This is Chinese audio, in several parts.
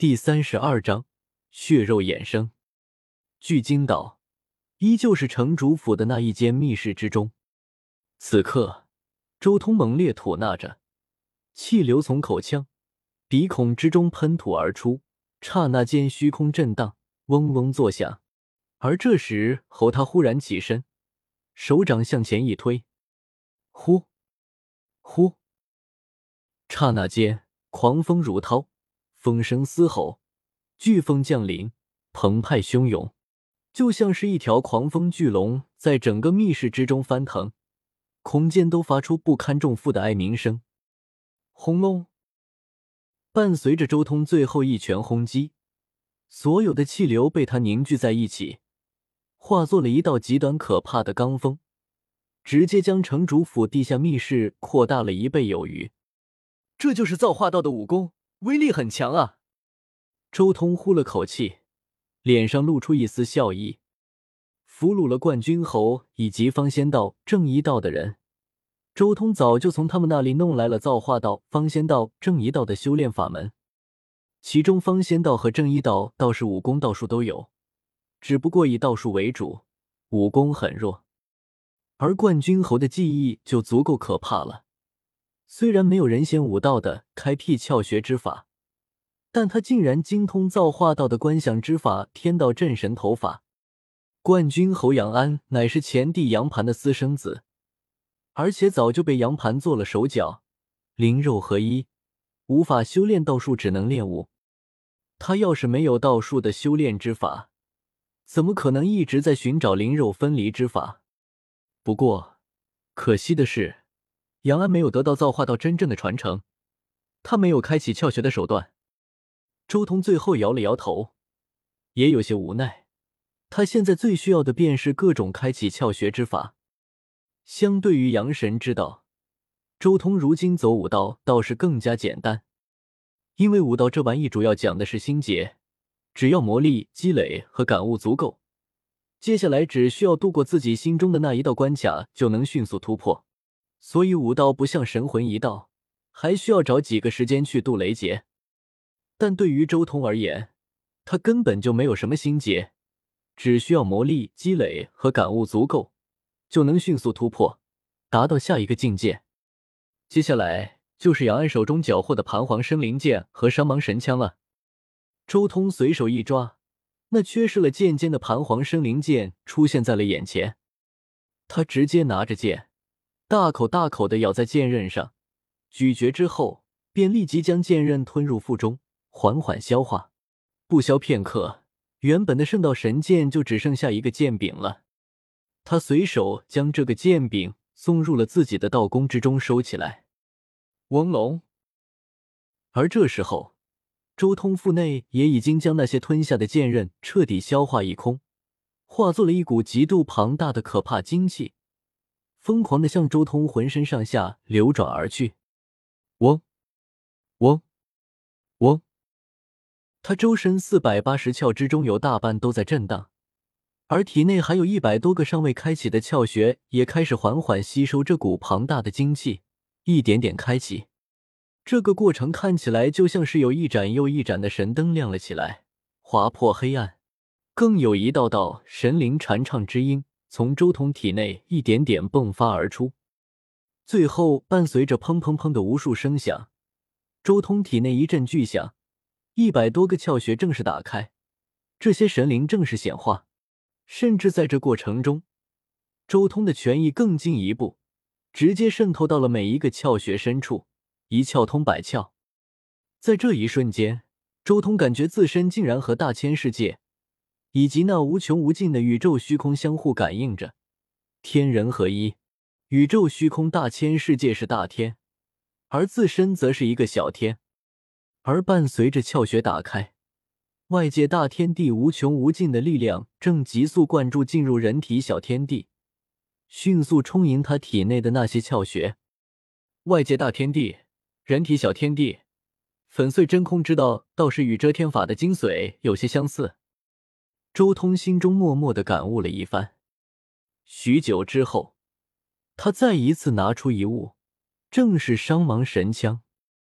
第32章血肉衍生。距今岛依旧是城主府的那一间密室之中。此刻，周通猛烈吐纳着，气流从口腔、鼻孔之中喷吐而出，刹那间虚空震荡，嗡嗡作响。而这时，他忽然起身，手掌向前一推，呼呼，刹那间，狂风如涛，风声嘶吼，飓风降临，澎湃汹涌，就像是一条狂风巨龙在整个密室之中翻腾，空间都发出不堪重负的哀鸣声。轰隆！伴随着周通最后一拳轰击，所有的气流被他凝聚在一起，化作了一道极端可怕的罡风，直接将城主府地下密室扩大了1倍有余。这就是造化道的武功，威力很强啊！周通呼了口气，脸上露出一丝笑意。俘虏了冠军侯以及方仙道、正一道的人，周通早就从他们那里弄来了造化道、方仙道、正一道的修炼法门。其中方仙道和正一道倒是武功道术都有，只不过以道术为主，武功很弱。而冠军侯的技艺就足够可怕了。虽然没有人仙武道的开辟窍穴之法，但他竟然精通造化道的观想之法、天道镇神头法。冠军侯杨安乃是前帝杨盘的私生子，而且早就被杨盘做了手脚，灵肉合一，无法修炼道术，只能练武。他要是没有道术的修炼之法，怎么可能一直在寻找灵肉分离之法？不过可惜的是，杨安没有得到造化道真正的传承，他没有开启窍穴的手段。周通最后摇了摇头，也有些无奈。他现在最需要的便是各种开启窍穴之法。相对于阳神之道，周通如今走武道倒是更加简单。因为武道这玩意主要讲的是心结，只要魔力积累和感悟足够，接下来只需要度过自己心中的那一道关卡就能迅速突破。所以武道不像神魂一道，还需要找几个时间去渡雷劫。但对于周通而言，他根本就没有什么心结，只需要魔力积累和感悟足够，就能迅速突破，达到下一个境界。接下来就是杨安手中缴获的盘黄生灵剑和伤芒神枪了。周通随手一抓，那缺失了剑尖的盘黄生灵剑出现在了眼前。他直接拿着剑，大口大口地咬在剑刃上，咀嚼之后便立即将剑刃吞入腹中，缓缓消化。不消片刻，原本的圣道神剑就只剩下一个剑柄了。他随手将这个剑柄送入了自己的道宫之中收起来。翁龙。而这时候，周通腹内也已经将那些吞下的剑刃彻底消化一空，化作了一股极度庞大的可怕精气，疯狂地向周通浑身上下流转而去。嗡嗡嗡，他周身480窍之中有大半都在震荡，而体内还有100多个尚未开启的窍穴也开始缓缓吸收这股庞大的精气，一点点开启。这个过程看起来就像是有一盏又一盏的神灯亮了起来，划破黑暗，更有一道道神灵禅唱之音从周通体内一点点迸发而出。最后伴随着砰砰砰的无数声响，周通体内一阵巨响，100多个窍穴正式打开，这些神灵正式显化。甚至在这过程中，周通的权益更进一步，直接渗透到了每一个窍穴深处，一窍通百窍。在这一瞬间，周通感觉自身竟然和大千世界以及那无穷无尽的宇宙虚空相互感应着，天人合一。宇宙虚空大千世界是大天，而自身则是一个小天。而伴随着窍穴打开，外界大天地无穷无尽的力量正急速灌注进入人体小天地，迅速充盈他体内的那些窍穴。外界大天地，人体小天地，粉碎真空之道倒是与遮天法的精髓有些相似。周通心中默默地感悟了一番。许久之后，他再一次拿出一物，正是伤芒神枪。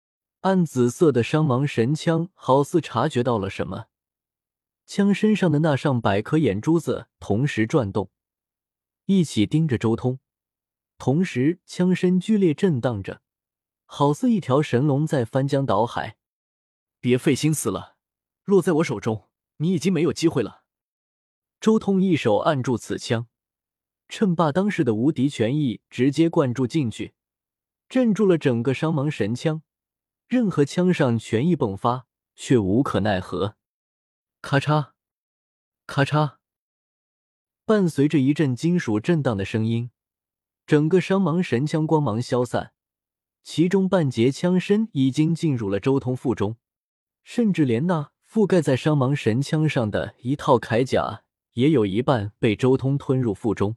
暗紫色的伤芒神枪好似察觉到了什么，枪身上的那上百颗眼珠子同时转动，一起盯着周通，同时枪身剧烈震荡着，好似一条神龙在翻江倒海。 别费心思了，落在我手中，你已经没有机会了。 周通一手按住此枪，趁罢当时的无敌拳意直接灌注进去，镇住了整个伤芒神枪，任何枪上拳意迸发，却无可奈何。咔嚓咔嚓，伴随着一阵金属震荡的声音，整个伤芒神枪光芒消散，其中半截枪身已经进入了周通腹中，甚至连那覆盖在伤芒神枪上的一套铠甲也有一半被周通吞入腹中。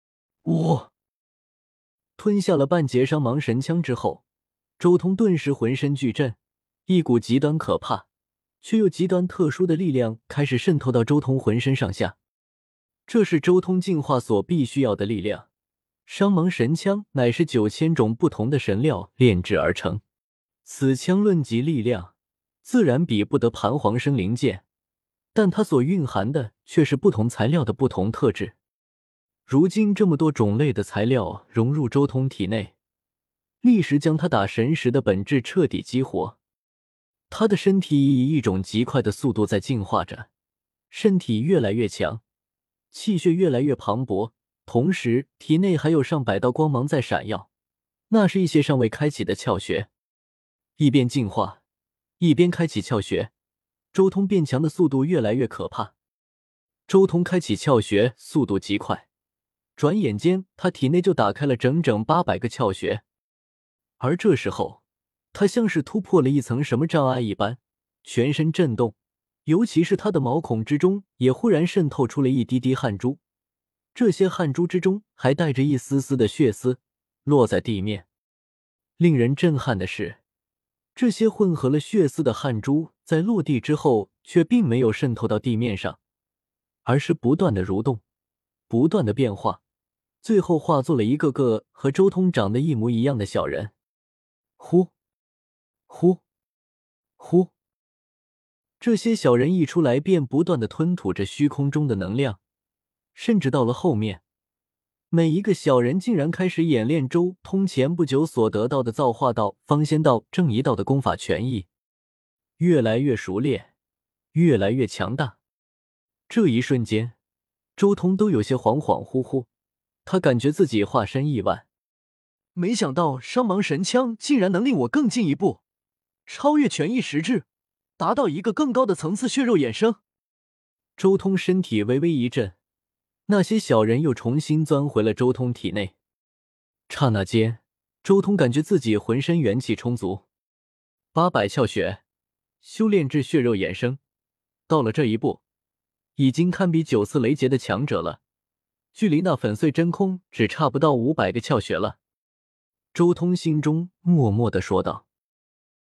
吞下了半截伤芒神枪之后，周通顿时浑身巨震，一股极端可怕却又极端特殊的力量开始渗透到周通浑身上下。这是周通进化所必须要的力量。伤芒神枪乃是9000种不同的神料炼制而成，此枪论及力量，自然比不得盘黄生灵剑，但它所蕴含的却是不同材料的不同特质。如今这么多种类的材料融入周通体内，立时将他打神石的本质彻底激活。他的身体以一种极快的速度在进化着，身体越来越强，气血越来越磅礴，同时体内还有上百道光芒在闪耀，那是一些尚未开启的窍穴。一边进化，一边开启窍穴，周通变强的速度越来越可怕。周通开启窍穴速度极快，转眼间他体内就打开了整整800个窍穴。而这时候，他像是突破了一层什么障碍一般，全身震动，尤其是他的毛孔之中也忽然渗透出了一滴滴汗珠，这些汗珠之中还带着一丝丝的血丝落在地面。令人震撼的是，这些混合了血丝的汗珠在落地之后却并没有渗透到地面上，而是不断的蠕动，不断的变化，最后化作了一个个和周通长得一模一样的小人。呼呼呼，这些小人一出来便不断的吞吐着虚空中的能量，甚至到了后面，每一个小人竟然开始演练周通前不久所得到的造化道、方仙道、正一道的功法拳意，越来越熟练，越来越强大。这一瞬间，周通都有些恍恍惚惚，他感觉自己化身亿万。 没想到伤芒神枪竟然能令我更进一步，超越拳意实质，达到一个更高的层次，血肉衍生。 周通身体微微一震，那些小人又重新钻回了周通体内。刹那间，周通感觉自己浑身元气充足，800窍穴修炼至血肉衍生，到了这一步，已经堪比9次雷劫的强者了，距离那粉碎真空只差不到500个窍穴了。周通心中默默地说道。